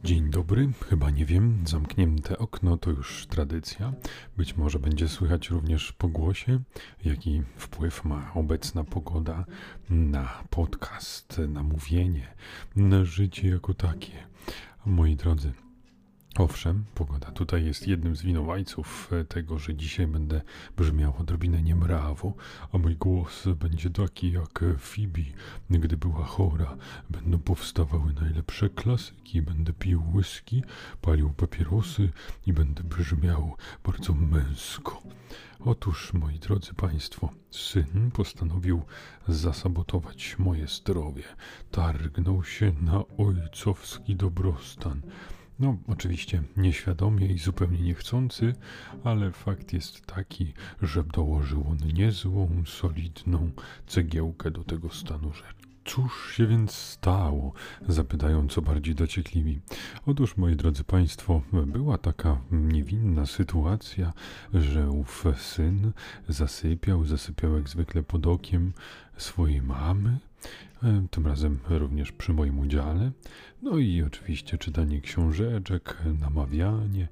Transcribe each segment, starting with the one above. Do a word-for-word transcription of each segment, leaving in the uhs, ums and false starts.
Dzień dobry, chyba nie wiem, zamknięte okno to już tradycja. Być może będzie słychać również po głosie, jaki wpływ ma obecna pogoda na podcast, na mówienie, na życie jako takie. Moi drodzy, owszem, pogoda tutaj jest jednym z winowajców tego, że dzisiaj będę brzmiał odrobinę niemrawo, a mój głos będzie taki jak Phoebe, gdy była chora. Będą powstawały najlepsze klasyki, będę pił whisky, palił papierosy i będę brzmiał bardzo męsko. Otóż, moi drodzy państwo, syn postanowił zasabotować moje zdrowie. Targnął się na ojcowski dobrostan. No, oczywiście nieświadomie i zupełnie niechcący, ale fakt jest taki, że dołożył on niezłą, solidną cegiełkę do tego stanu rzeczy. Cóż się więc stało? Zapytają co bardziej dociekliwi. Otóż, moi drodzy państwo, była taka niewinna sytuacja, że ów syn zasypiał, zasypiał jak zwykle pod okiem swojej mamy, tym razem również przy moim udziale. No i oczywiście czytanie książeczek, namawianie,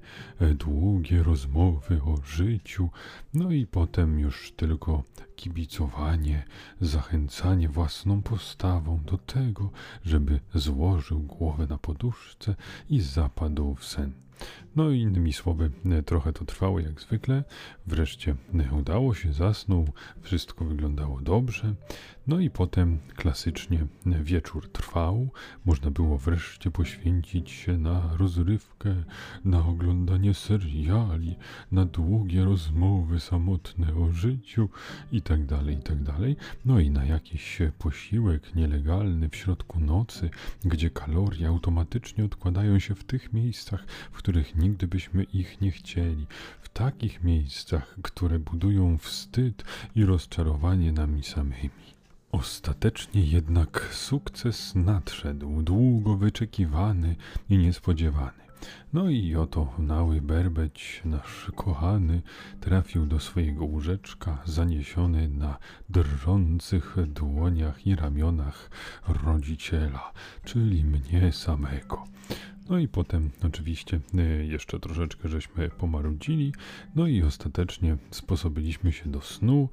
długie rozmowy o życiu, no i potem już tylko kibicowanie, zachęcanie własną postawą do tego, żeby złożył głowę na poduszce i zapadł w sen. No i innymi słowy, trochę to trwało jak zwykle, wreszcie udało się, zasnął, wszystko wyglądało dobrze, no i potem klasycznie wieczór trwał, można było wreszcie poświęcić się na rozrywkę, na oglądanie seriali, na długie rozmowy samotne o życiu i tak dalej, i tak dalej, no i na jakiś posiłek nielegalny w środku nocy, gdzie kalorie automatycznie odkładają się w tych miejscach, w których nigdy byśmy ich nie chcieli, w takich miejscach, które budują wstyd i rozczarowanie nami samymi. Ostatecznie jednak sukces nadszedł, długo wyczekiwany i niespodziewany. No i oto mały Berbeć, nasz kochany, trafił do swojego łóżeczka, zaniesiony na drżących dłoniach i ramionach rodziciela, czyli mnie samego. No i potem oczywiście jeszcze troszeczkę żeśmy pomarudzili, no i ostatecznie sposobiliśmy się do snu,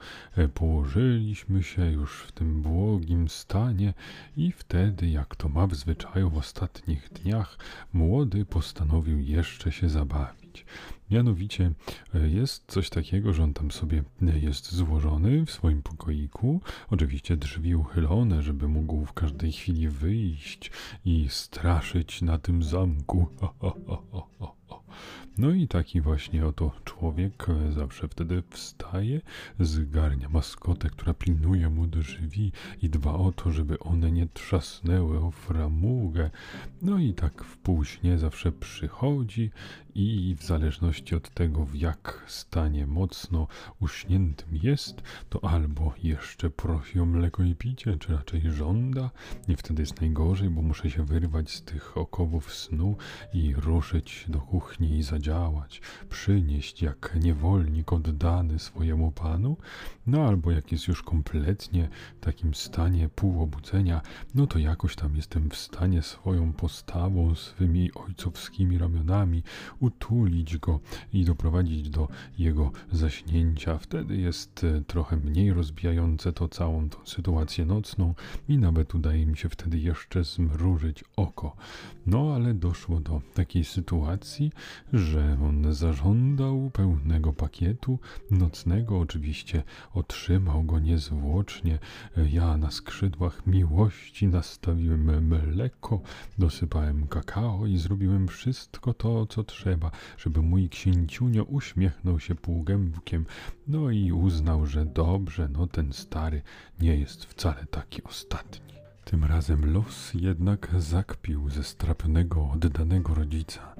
położyliśmy się już w tym błogim stanie i wtedy, jak to ma w zwyczaju w ostatnich dniach, młody postanowił jeszcze się zabawić. Mianowicie jest coś takiego, że on tam sobie jest złożony w swoim pokoiku, oczywiście drzwi uchylone, żeby mógł w każdej chwili wyjść i straszyć na tym zamku. Ha, ha, ha, ha, ha. No i taki właśnie oto człowiek zawsze wtedy wstaje, zgarnia maskotę, która pilnuje mu drzwi i dba o to, żeby one nie trzasnęły o framugę. No i tak w półśnie zawsze przychodzi i w zależności od tego, w jak stanie mocno uśniętym jest, to albo jeszcze prosi o mleko i picie, czy raczej żąda. I wtedy jest najgorzej, bo muszę się wyrwać z tych okowów snu i ruszyć do kuchni i zadziałać, przynieść jak niewolnik oddany swojemu panu. No albo jak jest już kompletnie w takim stanie półobudzenia, no to jakoś tam jestem w stanie swoją postawą, swymi ojcowskimi ramionami utulić go i doprowadzić do jego zaśnięcia. Wtedy jest trochę mniej rozbijające to całą tą sytuację nocną i nawet udaje mi się wtedy jeszcze zmrużyć oko. No ale doszło do takiej sytuacji, że on zażądał pełnego pakietu nocnego, oczywiście otrzymał go niezwłocznie. Ja na skrzydłach miłości nastawiłem mleko, dosypałem kakao i zrobiłem wszystko to, co trzeba, żeby mój księciunio uśmiechnął się półgębkiem, no i uznał, że dobrze, no ten stary nie jest wcale taki ostatni. Tym razem los jednak zakpił ze strapionego, oddanego rodzica.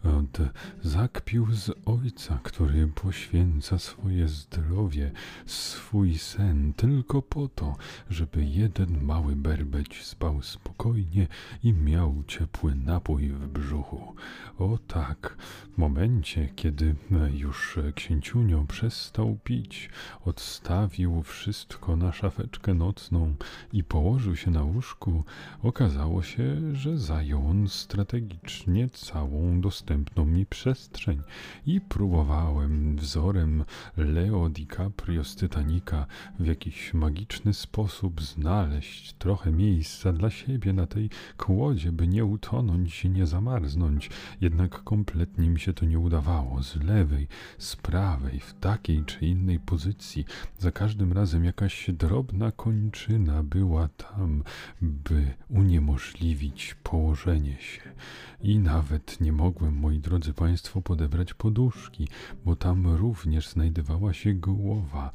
od zakpił z ojca, który poświęca swoje zdrowie, swój sen tylko po to, żeby jeden mały berbeć spał spokojnie i miał ciepły napój w brzuchu. O tak, w momencie, kiedy już księciunio przestał pić, odstawił wszystko na szafeczkę nocną i położył się na łóżku, okazało się, że zajął on strategicznie całą dostępną mi przestrzeń i próbowałem wzorem Leo DiCaprio z Titanica w jakiś magiczny sposób znaleźć trochę miejsca dla siebie na tej kłodzie, by nie utonąć i nie zamarznąć. Jednak kompletnie mi się to nie udawało. Z lewej, z prawej, w takiej czy innej pozycji, za każdym razem jakaś drobna kończyna była tam, by uniemożliwić położenie się. I nawet nie mogłem, moi drodzy państwo, podebrać poduszki, bo tam również znajdowała się głowa.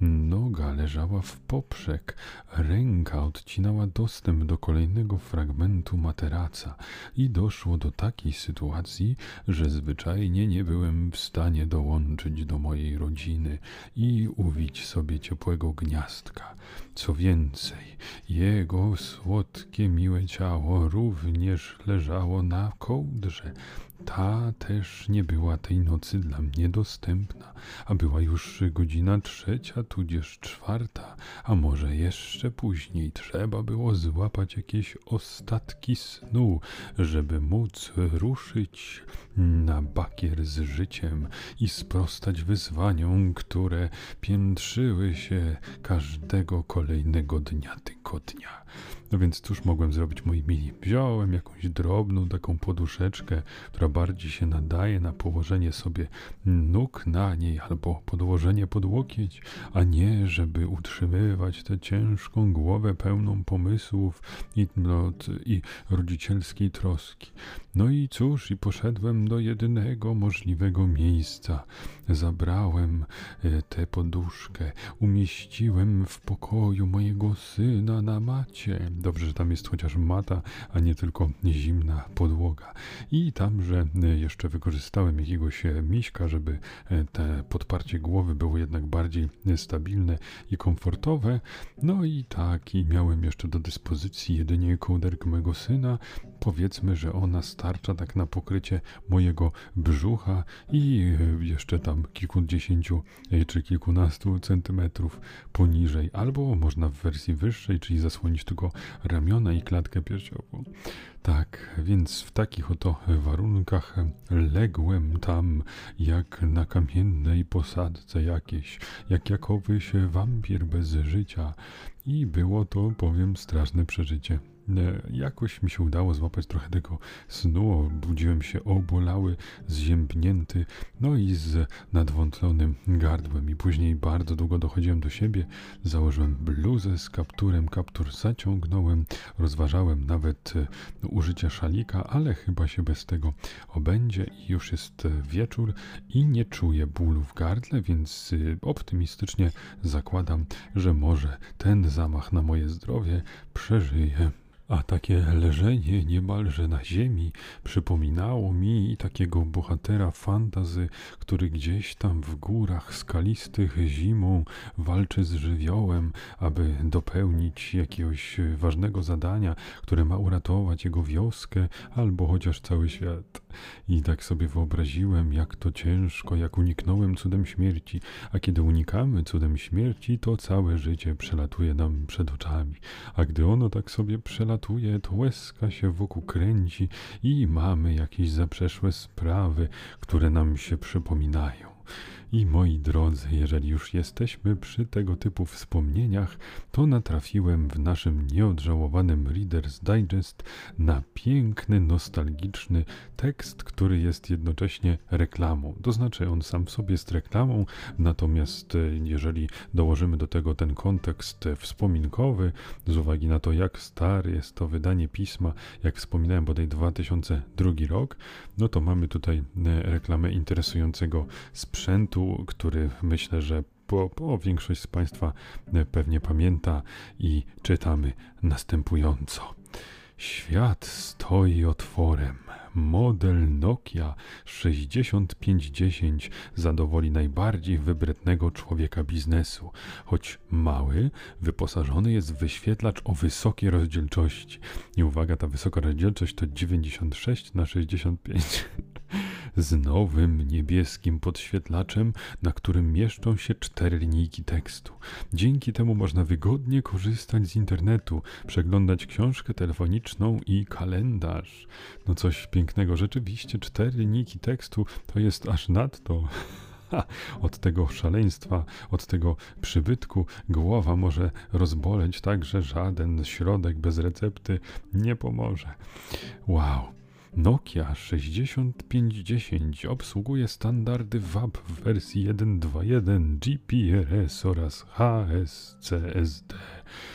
Noga leżała w poprzek, ręka odcinała dostęp do kolejnego fragmentu materaca i doszło do takiej sytuacji, że zwyczajnie nie byłem w stanie dołączyć do mojej rodziny i uwić sobie ciepłego gniazdka. Co więcej, jego słodkie, miłe ciało również leżało na kołdrze. Ta też nie była tej nocy dla mnie dostępna, a była już godzina trzecia, tudzież czwarta, a może jeszcze później. Trzeba było złapać jakieś ostatki snu, żeby móc ruszyć na bakier z życiem i sprostać wyzwaniom, które piętrzyły się każdego kolejnego dnia tygodnia. No więc cóż mogłem zrobić, moi mili? Wziąłem jakąś drobną taką poduszeczkę, która bardziej się nadaje na położenie sobie nóg na niej albo podłożenie pod łokieć, a nie żeby utrzymywać tę ciężką głowę pełną pomysłów i, no, i rodzicielskiej troski. No i cóż, i poszedłem do jedynego możliwego miejsca. Zabrałem tę poduszkę, umieściłem w pokoju mojego syna na macie. Dobrze, że tam jest chociaż mata, a nie tylko zimna podłoga. I tamże jeszcze wykorzystałem jakiegoś miśka, żeby te podparcie głowy było jednak bardziej stabilne i komfortowe. No i tak, i miałem jeszcze do dyspozycji jedynie kołderkę mojego syna. Powiedzmy, że ona starcza tak na pokrycie mojego brzucha i jeszcze tam kilkudziesięciu czy kilkunastu centymetrów poniżej. Albo można w wersji wyższej, czyli zasłonić tylko ramiona i klatkę piersiową. Tak, więc w takich oto warunkach ległem tam jak na kamiennej posadce jakieś, jak jakowyś wampir bez życia i było to, powiem, straszne przeżycie. Jakoś mi się udało złapać trochę tego snu, budziłem się obolały, zziębnięty, no i z nadwątlonym gardłem i później bardzo długo dochodziłem do siebie, założyłem bluzę z kapturem, kaptur zaciągnąłem, rozważałem nawet użycie szalika, ale chyba się bez tego obędzie i już jest wieczór i nie czuję bólu w gardle, więc optymistycznie zakładam, że może ten zamach na moje zdrowie przeżyję. A takie leżenie niemalże na ziemi przypominało mi takiego bohatera fantasy, który gdzieś tam w górach skalistych zimą walczy z żywiołem, aby dopełnić jakiegoś ważnego zadania, które ma uratować jego wioskę albo chociaż cały świat. I tak sobie wyobraziłem, jak to ciężko, jak uniknąłem cudem śmierci, a kiedy unikamy cudem śmierci, to całe życie przelatuje nam przed oczami, a gdy ono tak sobie przelatuje, to łezka się wokół kręci i mamy jakieś zaprzeszłe sprawy, które nam się przypominają. I moi drodzy, jeżeli już jesteśmy przy tego typu wspomnieniach, to natrafiłem w naszym nieodżałowanym Reader's Digest na piękny, nostalgiczny tekst, który jest jednocześnie reklamą. To znaczy on sam w sobie jest reklamą, natomiast jeżeli dołożymy do tego ten kontekst wspominkowy, z uwagi na to, jak stary jest to wydanie pisma, jak wspominałem, bodaj dwa tysiące drugi rok, no to mamy tutaj reklamę interesującego sprzętu, który myślę, że po, po większość z Państwa pewnie pamięta i czytamy następująco. Świat stoi otworem. model Nokia sześćdziesiąt pięć dziesięć zadowoli najbardziej wybrednego człowieka biznesu. Choć mały, wyposażony jest w wyświetlacz o wysokiej rozdzielczości. I uwaga, ta wysoka rozdzielczość to dziewięćdziesiąt sześć na sześćdziesiąt pięć. Z nowym niebieskim podświetlaczem, na którym mieszczą się cztery linijki tekstu. Dzięki temu można wygodnie korzystać z internetu, przeglądać książkę telefoniczną i kalendarz. No coś pięknego, rzeczywiście cztery linijki tekstu to jest aż nadto. Od tego szaleństwa, od tego przybytku głowa może rozboleć tak, że żaden środek bez recepty nie pomoże. Wow! Nokia sześćdziesiąt pięć dziesięć obsługuje standardy W A P w wersji jeden dwa jeden, G P R S oraz H S C S D.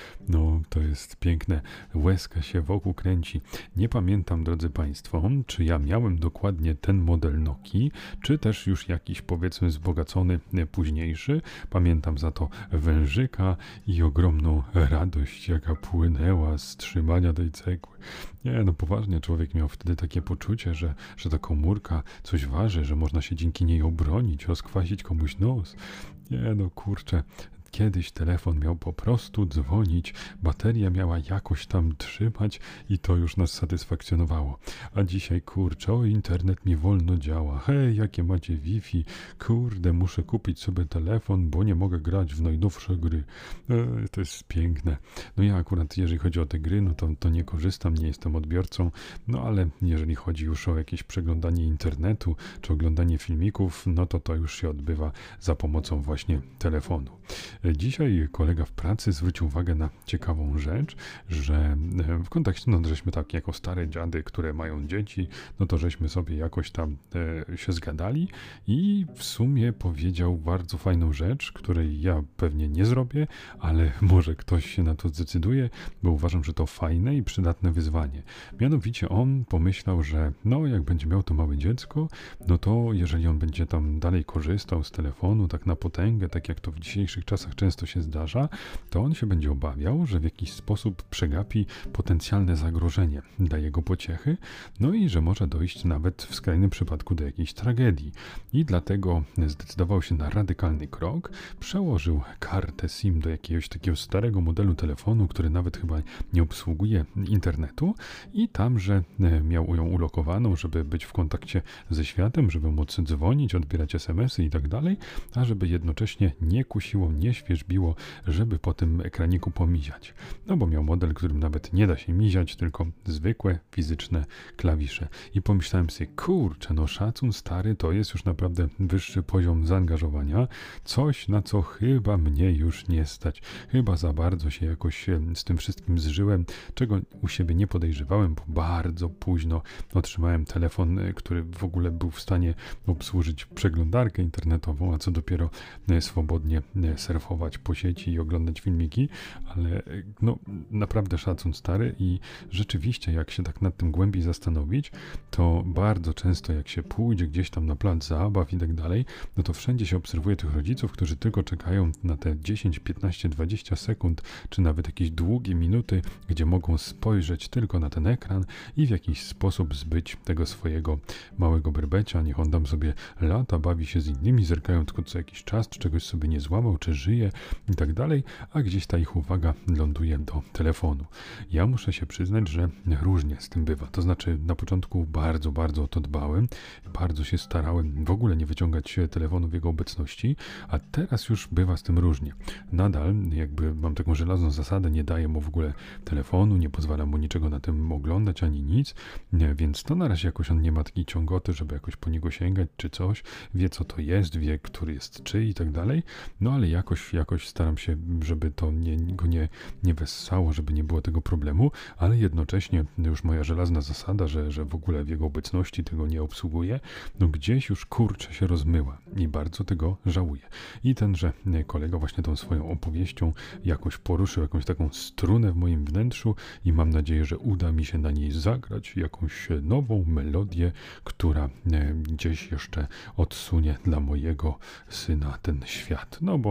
No, to jest piękne. Łezka się wokół kręci. Nie pamiętam, drodzy Państwo, czy ja miałem dokładnie ten model Nokii, czy też już jakiś, powiedzmy, wzbogacony późniejszy. Pamiętam za to wężyka i ogromną radość, jaka płynęła z trzymania tej cegły. Nie, no poważnie, człowiek miał wtedy takie poczucie, że, że ta komórka coś waży, że można się dzięki niej obronić, rozkwasić komuś nos. Nie, no kurczę. Kiedyś telefon miał po prostu dzwonić, bateria miała jakoś tam trzymać i to już nas satysfakcjonowało. A dzisiaj, kurczę, o, internet mi wolno działa. Hej, jakie macie Wi-Fi? Kurde, muszę kupić sobie telefon, bo nie mogę grać w najnowsze gry. E, to jest piękne. No ja akurat, jeżeli chodzi o te gry, no to, to nie korzystam, nie jestem odbiorcą, no ale jeżeli chodzi już o jakieś przeglądanie internetu, czy oglądanie filmików, no to to już się odbywa za pomocą właśnie telefonu. Dzisiaj kolega w pracy zwrócił uwagę na ciekawą rzecz, że w kontekście, no żeśmy tak jako stare dziady, które mają dzieci, no to żeśmy sobie jakoś tam e, się zgadali i w sumie powiedział bardzo fajną rzecz, której ja pewnie nie zrobię, ale może ktoś się na to zdecyduje, bo uważam, że to fajne i przydatne wyzwanie. Mianowicie on pomyślał, że no jak będzie miał to małe dziecko, no to jeżeli on będzie tam dalej korzystał z telefonu tak na potęgę, tak jak to w dzisiejszych czasach często się zdarza, to on się będzie obawiał, że w jakiś sposób przegapi potencjalne zagrożenie dla jego pociechy, no i że może dojść nawet w skrajnym przypadku do jakiejś tragedii. I dlatego zdecydował się na radykalny krok, przełożył kartę SIM do jakiegoś takiego starego modelu telefonu, który nawet chyba nie obsługuje internetu i tamże miał ją ulokowaną, żeby być w kontakcie ze światem, żeby móc dzwonić, odbierać es em esy i tak dalej, a żeby jednocześnie nie kusiło, nie świeżbiło, żeby po tym ekraniku pomiziać. No bo miał model, którym nawet nie da się miziać, tylko zwykłe, fizyczne klawisze. I pomyślałem sobie, kurczę, no szacun stary, to jest już naprawdę wyższy poziom zaangażowania. Coś, na co chyba mnie już nie stać. Chyba za bardzo się jakoś z tym wszystkim zżyłem, czego u siebie nie podejrzewałem, bo bardzo późno otrzymałem telefon, który w ogóle był w stanie obsłużyć przeglądarkę internetową, a co dopiero swobodnie surfować po sieci i oglądać filmiki, ale no naprawdę szacun stary i rzeczywiście jak się tak nad tym głębiej zastanowić, to bardzo często jak się pójdzie gdzieś tam na plac zabaw i tak dalej, no to wszędzie się obserwuje tych rodziców, którzy tylko czekają na te dziesięć, piętnaście, dwadzieścia sekund, czy nawet jakieś długie minuty, gdzie mogą spojrzeć tylko na ten ekran i w jakiś sposób zbyć tego swojego małego berbecia, niech on tam sobie lata, bawi się z innymi, zerkają tylko co jakiś czas, czy czegoś sobie nie złamał, czy żyje i tak dalej, a gdzieś ta ich uwaga ląduje do telefonu. Ja muszę się przyznać, że różnie z tym bywa. To znaczy na początku bardzo, bardzo o to dbałem, bardzo się starałem w ogóle nie wyciągać telefonu w jego obecności, a teraz już bywa z tym różnie. Nadal jakby mam taką żelazną zasadę, nie daję mu w ogóle telefonu, nie pozwalam mu niczego na tym oglądać, ani nic, więc to na razie jakoś on nie ma takiej ciągoty, żeby jakoś po niego sięgać, czy coś, wie co to jest, wie, który jest czy i tak dalej, no ale jakoś, jakoś staram się, żeby to nie, go nie, nie wessało, żeby nie było tego problemu, ale jednocześnie już moja żelazna zasada, że, że w ogóle w jego obecności tego nie obsługuję, no gdzieś już kurczę się rozmyła i bardzo tego żałuję. I tenże kolega właśnie tą swoją opowieścią jakoś poruszył jakąś taką strunę w moim wnętrzu i mam nadzieję, że uda mi się na niej zagrać jakąś nową melodię, która gdzieś jeszcze odsunie dla mojego syna ten świat. No bo on jeszcze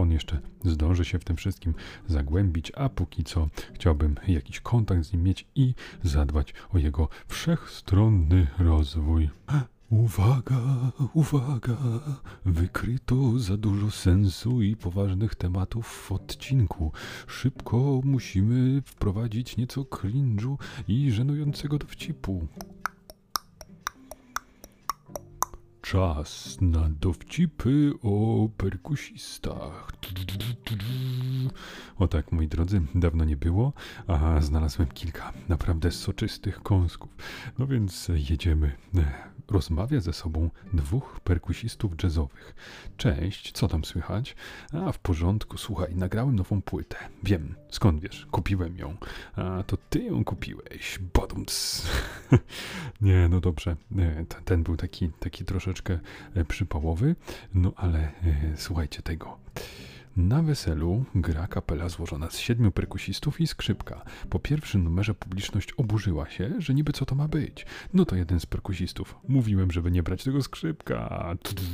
zdążę się w tym wszystkim zagłębić, a póki co chciałbym jakiś kontakt z nim mieć i zadbać o jego wszechstronny rozwój. Uwaga, uwaga, wykryto za dużo sensu i poważnych tematów w odcinku. Szybko musimy wprowadzić nieco cringe'u i żenującego dowcipu. Czas na dowcipy o perkusistach. O tak, moi drodzy, dawno nie było, a znalazłem kilka naprawdę soczystych kąsków. No więc jedziemy. Rozmawia ze sobą dwóch perkusistów jazzowych. Cześć, co tam słychać? A, w porządku, słuchaj, nagrałem nową płytę. Wiem, skąd wiesz? Kupiłem ją. A, to ty ją kupiłeś. Badumc. Nie, no dobrze. Ten był taki, taki troszeczkę przypałowy, no ale e, słuchajcie tego. Na weselu gra kapela złożona z siedmiu perkusistów i skrzypka. Po pierwszym numerze publiczność oburzyła się, że niby co to ma być. No to jeden z perkusistów. Mówiłem, żeby nie brać tego skrzypka.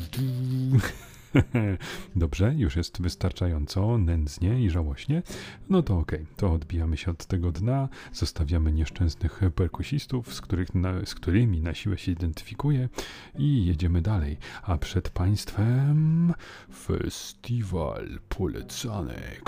Dobrze, już jest wystarczająco nędznie i żałośnie. No to okej, okay, to odbijamy się od tego dna, zostawiamy nieszczęsnych perkusistów, z, których na, z którymi na siłę się identyfikuje i jedziemy dalej. A przed państwem festiwal polecanek.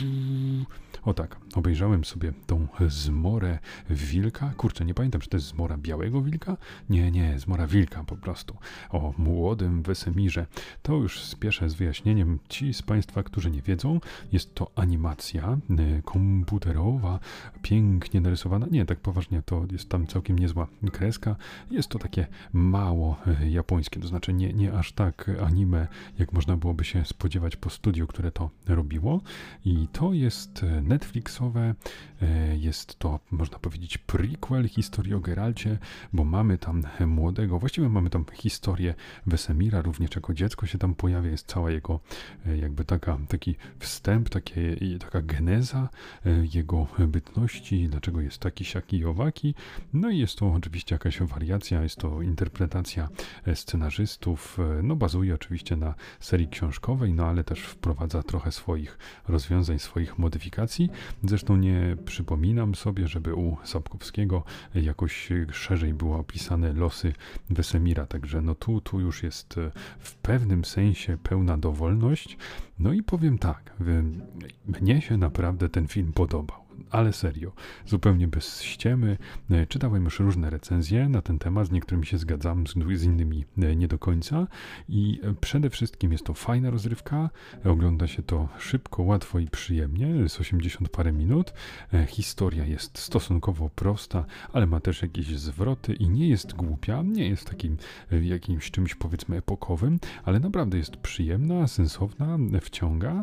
O tak, obejrzałem sobie tą zmorę wilka. Kurczę, nie pamiętam, czy to jest zmora białego wilka? Nie, nie, zmora wilka po prostu. O młodym Wesemirze. To już spieszę z wyjaśnieniem. Ci z Państwa, którzy nie wiedzą, jest to animacja y, komputerowa, pięknie narysowana. Nie, tak poważnie, to jest tam całkiem niezła kreska. Jest to takie mało y, japońskie, to znaczy nie, nie aż tak anime, jak można byłoby się spodziewać po studiu, które to robiło. I to jest Netflixowe, y, jest to, można powiedzieć, prequel historii o Geralcie, bo mamy tam młodego, właściwie mamy tam historię Wesemira, również jako dziecko się tam pojawia, jest cała jego jakby taka, taki wstęp, takie, taka geneza jego bytności, dlaczego jest taki, siaki i owaki. No i jest to oczywiście jakaś wariacja, jest to interpretacja scenarzystów, no bazuje oczywiście na serii książkowej, no ale też wprowadza trochę swoich rozwiązań, swoich modyfikacji. Zresztą nie przypominam sobie, żeby u Sapkowskiego jakoś szerzej było opisane losy Wesemira, także no tu, tu już jest w pewnym sensie pełna dowolność. No i powiem tak, mnie się naprawdę ten film podobał. Ale serio, zupełnie bez ściemy. Czytałem już różne recenzje na ten temat, z niektórymi się zgadzam, z, z innymi nie do końca i przede wszystkim jest to fajna rozrywka, ogląda się to szybko, łatwo i przyjemnie, z osiemdziesiąt parę minut. Historia jest stosunkowo prosta, ale ma też jakieś zwroty i nie jest głupia, nie jest takim jakimś czymś powiedzmy epokowym, ale naprawdę jest przyjemna, sensowna, wciąga,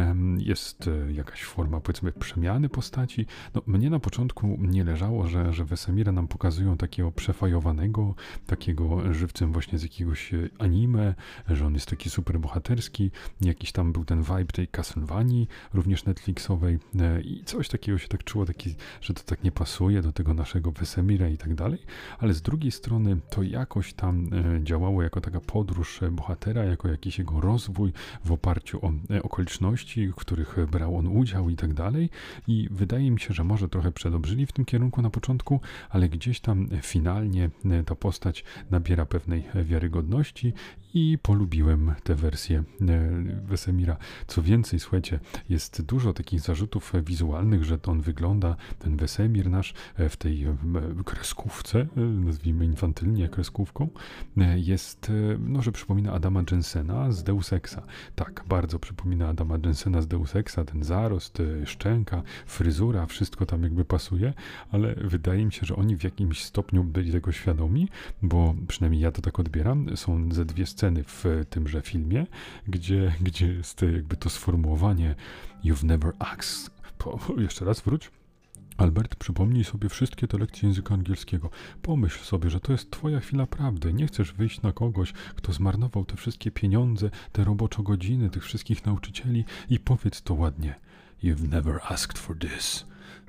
jest jakaś forma powiedzmy przemiany postaci. No, mnie na początku nie leżało, że, że Wesemira nam pokazują takiego przefajowanego, takiego żywcem właśnie z jakiegoś anime, że on jest taki super bohaterski, jakiś tam był ten vibe tej Castlevanii, również Netflixowej i coś takiego się tak czuło, taki, że to tak nie pasuje do tego naszego Wesemira i tak dalej, ale z drugiej strony to jakoś tam działało jako taka podróż bohatera, jako jakiś jego rozwój w oparciu o okoliczności, w których brał on udział i tak dalej i wydaje mi się, że może trochę przedobrzyli w tym kierunku na początku, ale gdzieś tam finalnie ta postać nabiera pewnej wiarygodności i polubiłem tę wersję Wesemira. Co więcej, słuchajcie, jest dużo takich zarzutów wizualnych, że to on wygląda, ten Wesemir nasz, w tej kreskówce, nazwijmy infantylnie kreskówką, jest, no, że przypomina Adama Jensena z Deus Exa. Tak, bardzo przypomina Adama Jensena z Deus Exa, ten zarost, szczęka, fryzura, wszystko tam jakby pasuje, ale wydaje mi się, że oni w jakimś stopniu byli tego świadomi, bo przynajmniej ja to tak odbieram, są ze dwie sceny w tymże filmie, gdzie, gdzie jest jakby to sformułowanie You've never asked... Po, jeszcze raz wróć. Albert, przypomnij sobie wszystkie te lekcje języka angielskiego. Pomyśl sobie, że to jest twoja chwila prawdy. Nie chcesz wyjść na kogoś, kto zmarnował te wszystkie pieniądze, te roboczo godziny, tych wszystkich nauczycieli i powiedz to ładnie. You've never asked for this.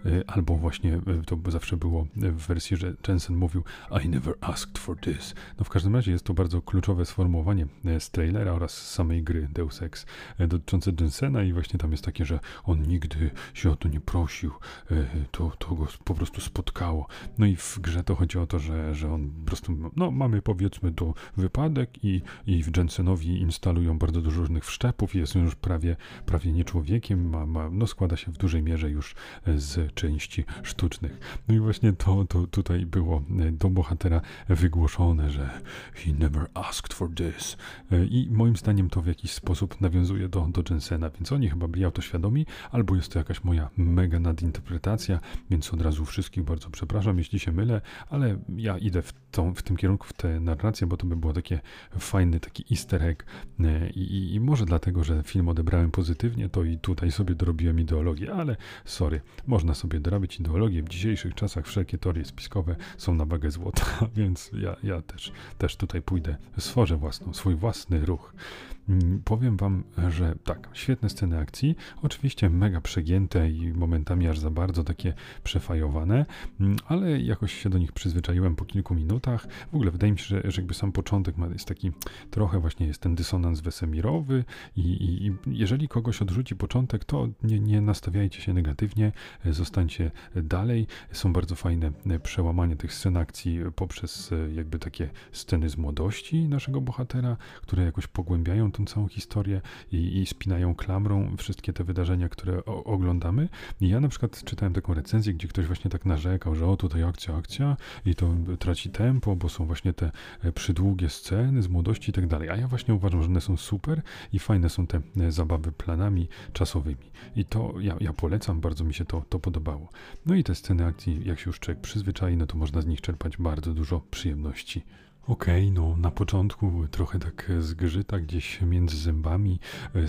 albo właśnie to zawsze było w wersji, że Jensen mówił I never asked for this. No w każdym razie jest to bardzo kluczowe sformułowanie z trailera oraz z samej gry Deus Ex dotyczące Jensena i właśnie tam jest takie, że on nigdy się o to nie prosił, to, to go po prostu spotkało. No i w grze to chodzi o to, że, że on po prostu, no mamy powiedzmy to wypadek i, i w Jensenowi instalują bardzo dużo różnych wszczepów i jest on już prawie, prawie nie człowiekiem, ma, ma, no składa się w dużej mierze już z części sztucznych. No i właśnie to, to tutaj było do bohatera wygłoszone, że he never asked for this. I moim zdaniem to w jakiś sposób nawiązuje do, do Jensena, więc oni chyba byli autoświadomi, albo jest to jakaś moja mega nadinterpretacja, więc od razu wszystkich bardzo przepraszam, jeśli się mylę, ale ja idę w, tą, w tym kierunku, w tę narrację, bo to by było takie fajny taki easter egg I, i, i może dlatego, że film odebrałem pozytywnie, to i tutaj sobie dorobiłem ideologię, ale sorry, można sobie dorobić ideologię. W dzisiejszych czasach wszelkie teorie spiskowe są na wagę złota, więc ja, ja też, też tutaj pójdę, stworzę własną, swój własny ruch. Powiem wam, że tak, świetne sceny akcji, oczywiście mega przegięte i momentami aż za bardzo takie przefajowane, ale jakoś się do nich przyzwyczaiłem po kilku minutach. W ogóle wydaje mi się, że, że jakby sam początek ma, jest taki trochę właśnie jest ten dysonans wesemirowy i, i, i jeżeli kogoś odrzuci początek, to nie, nie nastawiajcie się negatywnie, zostańcie dalej. Są bardzo fajne przełamanie tych scen akcji poprzez jakby takie sceny z młodości naszego bohatera, które jakoś pogłębiają tą całą historię i, i spinają klamrą wszystkie te wydarzenia, które o, oglądamy. I ja na przykład czytałem taką recenzję, gdzie ktoś właśnie tak narzekał, że o tutaj akcja, akcja i to traci tempo, bo są właśnie te przydługie sceny z młodości i tak dalej. A ja właśnie uważam, że one są super i fajne są te zabawy planami czasowymi. I to ja, ja polecam, bardzo mi się to, to podobało. No i te sceny akcji, jak się już człowiek przyzwyczai, no to można z nich czerpać bardzo dużo przyjemności. Okej, okay, no na początku trochę tak zgrzyta gdzieś między zębami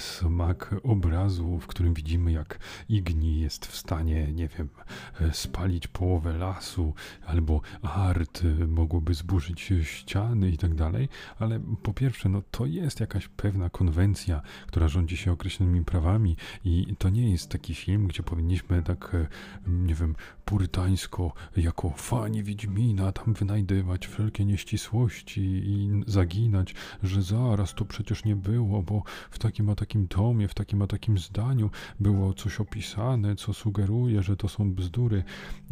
smak obrazu, w którym widzimy jak Igni jest w stanie, nie wiem, spalić połowę lasu, albo Art mogłoby zburzyć ściany i tak dalej, ale po pierwsze, no to jest jakaś pewna konwencja, która rządzi się określonymi prawami i to nie jest taki film, gdzie powinniśmy tak, nie wiem, purytańsko, jako fani Wiedźmina tam wynajdywać wszelkie nieścisłości i zaginać, że zaraz to przecież nie było, bo w takim a takim tomie, w takim a takim zdaniu było coś opisane, co sugeruje, że to są bzdury.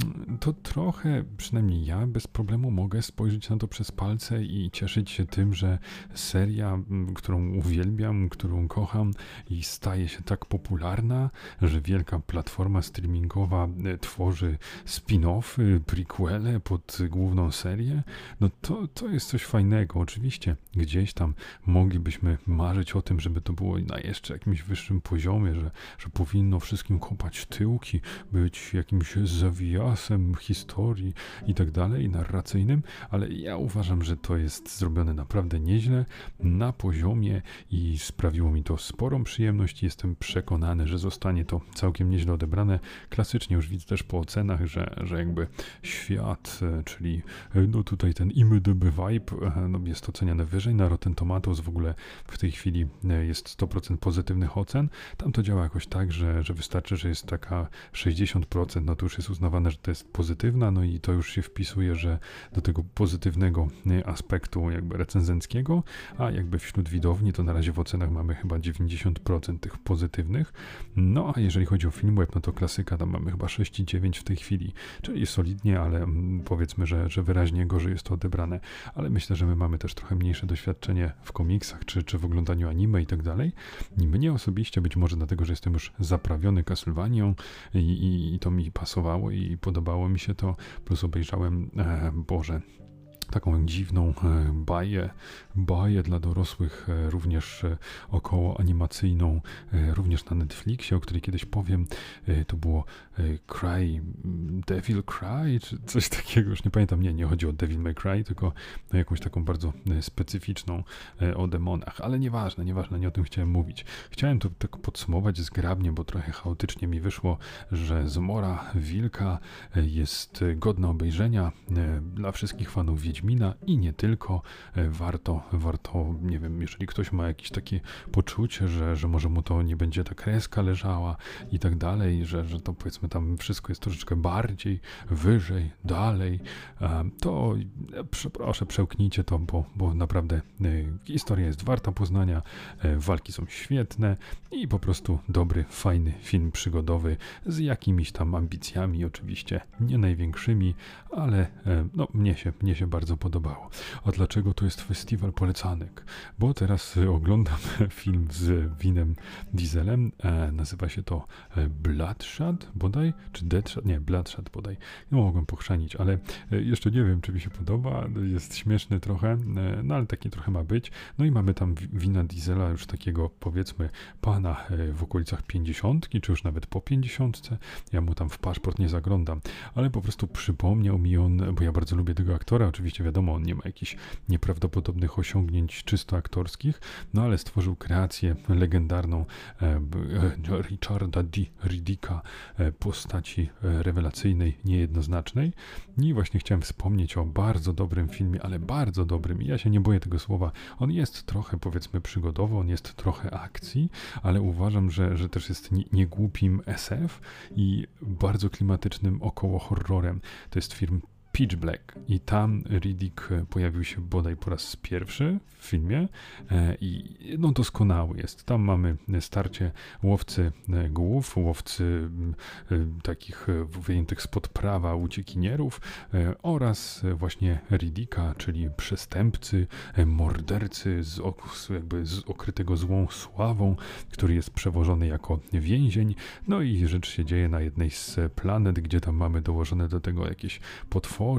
To trochę, przynajmniej ja bez problemu mogę spojrzeć na to przez palce i cieszyć się tym, że seria, którą uwielbiam, którą kocham i staje się tak popularna, że wielka platforma streamingowa tworzy spin-offy, prequele pod główną serię, no to, to jest coś fajnego. Oczywiście gdzieś tam moglibyśmy marzyć o tym, żeby to było na jeszcze jakimś wyższym poziomie, że, że powinno wszystkim kopać tyłki, być jakimś zawijasem historii i tak dalej, narracyjnym, ale ja uważam, że to jest zrobione naprawdę nieźle, na poziomie i sprawiło mi to sporą przyjemność. Jestem przekonany, że zostanie to całkiem nieźle odebrane. Klasycznie już widzę też po ocenach, że, że jakby świat, czyli no tutaj ten I M D B vibe, no jest oceniany wyżej. Na Rotten Tomatoes w ogóle w tej chwili jest sto procent pozytywnych ocen. Tam to działa jakoś tak, że, że wystarczy, że jest taka sześćdziesiąt procent, no to już jest uznawane, że to jest pozytywna, no i to już się wpisuje, że do tego pozytywnego aspektu jakby recenzenckiego, a jakby wśród widowni to na razie w ocenach mamy chyba dziewięćdziesiąt procent tych pozytywnych. No a jeżeli chodzi o Filmweb, no to klasyka, tam mamy chyba sześć i dziewięć w tej chwili, czyli solidnie, ale powiedzmy, że, że wyraźnie gorzej jest to odebrane, ale myślę, że my mamy też trochę mniejsze doświadczenie w komiksach, czy, czy w oglądaniu anime i tak dalej. I mnie osobiście, być może dlatego, że jestem już zaprawiony Castlevanią i, i, i to mi pasowało i podobało mi się to, plus obejrzałem, e, Boże, taką dziwną e, baję, baję dla dorosłych, e, również e, około animacyjną, e, również na Netflixie, o której kiedyś powiem. E, to było e, Cry Devil Cry, czy coś takiego, już nie pamiętam, nie, nie chodzi o Devil May Cry, tylko o jakąś taką bardzo specyficzną o demonach, ale nieważne, nieważne, nie o tym chciałem mówić. Chciałem to tak podsumować zgrabnie, bo trochę chaotycznie mi wyszło, że Zmora Wilka jest godna obejrzenia dla wszystkich fanów Wiedźmina i nie tylko. Warto, warto, nie wiem, jeżeli ktoś ma jakieś takie poczucie, że, że może mu to nie będzie ta kreska leżała i tak dalej, że, że to powiedzmy tam wszystko jest troszeczkę bardziej, wyżej, dalej, to proszę, przełknijcie to, bo, bo naprawdę historia jest warta poznania, walki są świetne i po prostu dobry, fajny film przygodowy z jakimiś tam ambicjami, oczywiście nie największymi, ale no mnie się, mnie się bardzo podobało. A dlaczego to jest festiwal polecanek? Bo teraz oglądam film z Vinem Dieselem, e, nazywa się to Bloodshot bodaj, czy Deadshot? Nie, Bloodshot bodaj. No mogłem pochrzanić, ale jeszcze nie wiem, czy mi się podoba, jest śmieszny trochę, e, no ale taki trochę ma być. No i mamy tam Vina Diesela, już takiego powiedzmy pana w okolicach pięćdziesiątki, czy już nawet po pięćdziesiątce. Ja mu tam w paszport nie zaglądam, ale po prostu przypomniał mi on, bo ja bardzo lubię tego aktora, oczywiście wiadomo, on nie ma jakichś nieprawdopodobnych osiągnięć czysto aktorskich, no ale stworzył kreację legendarną e, e, Richarda D. Riddicka, e, postaci e, rewelacyjnej, niejednoznacznej. I właśnie chciałem wspomnieć o bardzo dobrym filmie, ale bardzo dobrym. I ja się nie boję tego słowa. On jest trochę, powiedzmy, przygodowo, on jest trochę akcji, ale uważam, że, że też jest niegłupim S F i bardzo klimatycznym około horrorem. To jest film Pitch Black i tam Riddick pojawił się bodaj po raz pierwszy w filmie i no doskonały jest. Tam mamy starcie łowcy głów, łowcy takich wyjętych spod prawa uciekinierów oraz właśnie Riddicka, czyli przestępcy, mordercy z, jakby z okrytego złą sławą, który jest przewożony jako więzień. No i rzecz się dzieje na jednej z planet, gdzie tam mamy dołożone do tego jakieś potwory.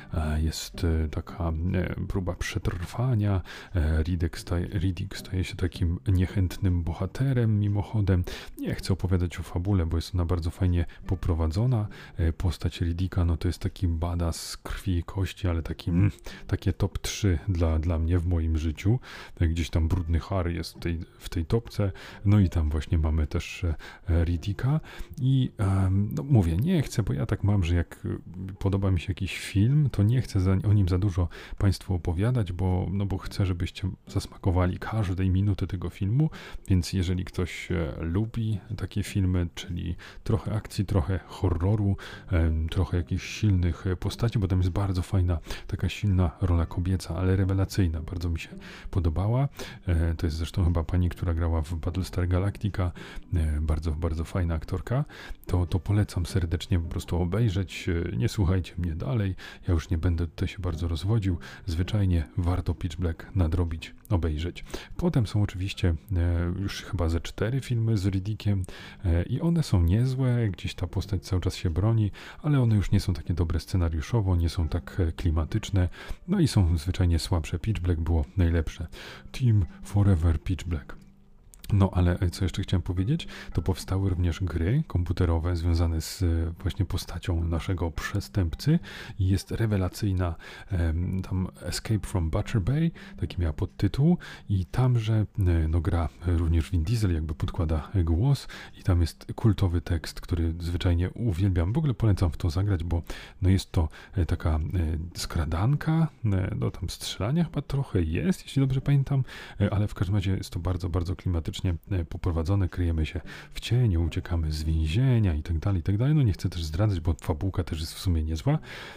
Jest taka próba przetrwania. Riddick staje, Riddick staje się takim niechętnym bohaterem mimochodem. Nie chcę opowiadać o fabule, bo jest ona bardzo fajnie poprowadzona. Postać Riddicka, no to jest taki badass z krwi i kości, ale taki, mm, takie top trzy dla, dla mnie w moim życiu. Gdzieś tam brudny Harry jest w tej, w tej topce. No i tam właśnie mamy też Riddicka. I um, no mówię, nie chcę, bo ja tak mam, że jak podoba mi się jakiś film, to nie chcę za, o nim za dużo Państwu opowiadać, bo, no bo chcę, żebyście zasmakowali każdej minuty tego filmu, więc jeżeli ktoś e, lubi takie filmy, czyli trochę akcji, trochę horroru, e, trochę jakichś silnych postaci, bo tam jest bardzo fajna, taka silna rola kobieca, ale rewelacyjna, bardzo mi się podobała. E, to jest zresztą chyba pani, która grała w Battlestar Galactica, e, bardzo, bardzo fajna aktorka, to, to polecam serdecznie po prostu obejrzeć, e, nie słuchajcie mnie dalej, ja już nie będę tutaj się bardzo rozwodził, zwyczajnie warto Pitch Black nadrobić, obejrzeć. Potem są oczywiście e, już chyba ze cztery filmy z Riddickiem e, i one są niezłe, gdzieś ta postać cały czas się broni, ale one już nie są takie dobre scenariuszowo, nie są tak e, klimatyczne, no i są zwyczajnie słabsze. Pitch Black było najlepsze. Team Forever Pitch Black. No, ale co jeszcze chciałem powiedzieć, to powstały również gry komputerowe związane z właśnie postacią naszego przestępcy i jest rewelacyjna um, tam Escape from Butcher Bay, taki miała podtytuł i tamże no, gra również Vin Diesel, jakby podkłada głos i tam jest kultowy tekst, który zwyczajnie uwielbiam. W ogóle polecam w to zagrać, bo no, jest to taka skradanka, no tam strzelania chyba trochę jest, jeśli dobrze pamiętam, ale w każdym razie jest to bardzo, bardzo klimatyczne poprowadzone, kryjemy się w cieniu, uciekamy z więzienia i tak dalej, i tak dalej. No nie chcę też zdradzać, bo fabułka też jest w sumie niezła.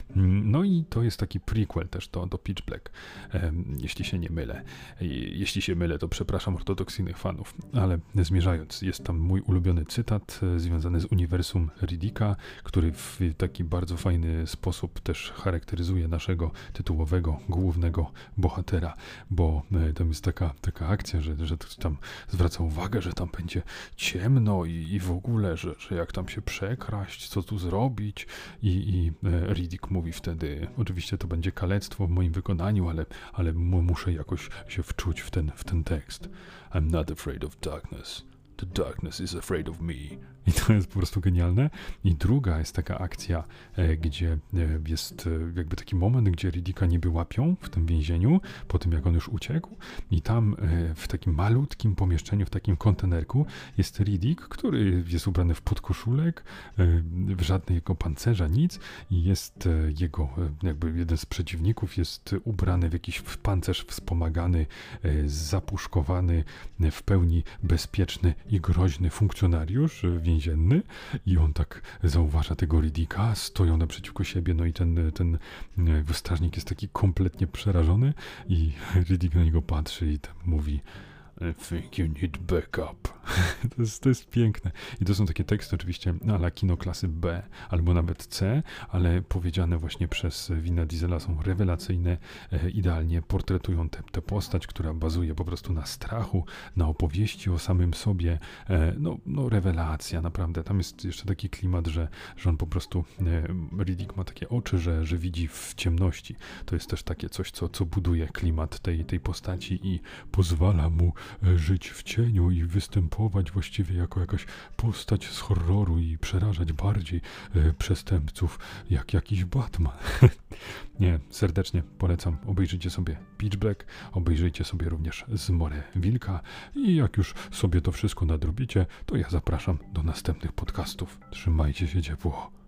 No i to jest taki prequel też do, do Pitch Black, um, jeśli się nie mylę. Jeśli się mylę, to przepraszam ortodoksyjnych fanów, ale zmierzając, jest tam mój ulubiony cytat związany z uniwersum Riddicka, który w taki bardzo fajny sposób też charakteryzuje naszego tytułowego, głównego bohatera, bo tam jest taka, taka akcja, że, że tam zwraca uwagę, że tam będzie ciemno i, i w ogóle, że, że jak tam się przekraść, co tu zrobić i, i e, Riddick mówi wtedy, oczywiście to będzie kalectwo w moim wykonaniu, ale, ale muszę jakoś się wczuć w ten, w ten tekst. I'm not afraid of darkness. The darkness is afraid of me. I to jest po prostu genialne. I druga jest taka akcja, e, gdzie e, jest e, jakby taki moment, gdzie Riddicka niby łapią w tym więzieniu, po tym jak on już uciekł. I tam e, w takim malutkim pomieszczeniu, w takim kontenerku jest Riddick, który jest ubrany w podkoszulek, e, w żadnego pancerza, nic. I jest e, jego, e, jakby jeden z przeciwników jest ubrany w jakiś pancerz wspomagany, e, zapuszkowany, e, w pełni bezpieczny i groźny funkcjonariusz e, więzienny i on tak zauważa tego Riddicka, stoją naprzeciwko siebie, no i ten, ten e, strażnik jest taki kompletnie przerażony i Riddick na niego patrzy i tam mówi: I think you need backup. to, jest, to jest piękne. I to są takie teksty oczywiście a la kino klasy B albo nawet C, ale powiedziane właśnie przez Vina Diesela są rewelacyjne, e, idealnie portretują tę postać, która bazuje po prostu na strachu, na opowieści o samym sobie. E, no, no rewelacja, naprawdę. Tam jest jeszcze taki klimat, że, że on po prostu, e, Riddick ma takie oczy, że, że widzi w ciemności. To jest też takie coś, co, co buduje klimat tej, tej postaci i pozwala mu żyć w cieniu i występować właściwie jako jakaś postać z horroru i przerażać bardziej e, przestępców jak jakiś Batman. Nie, serdecznie polecam. Obejrzyjcie sobie Pitch Black, obejrzyjcie sobie również Zmorę Wilka i jak już sobie to wszystko nadrobicie, to ja zapraszam do następnych podcastów. Trzymajcie się ciepło.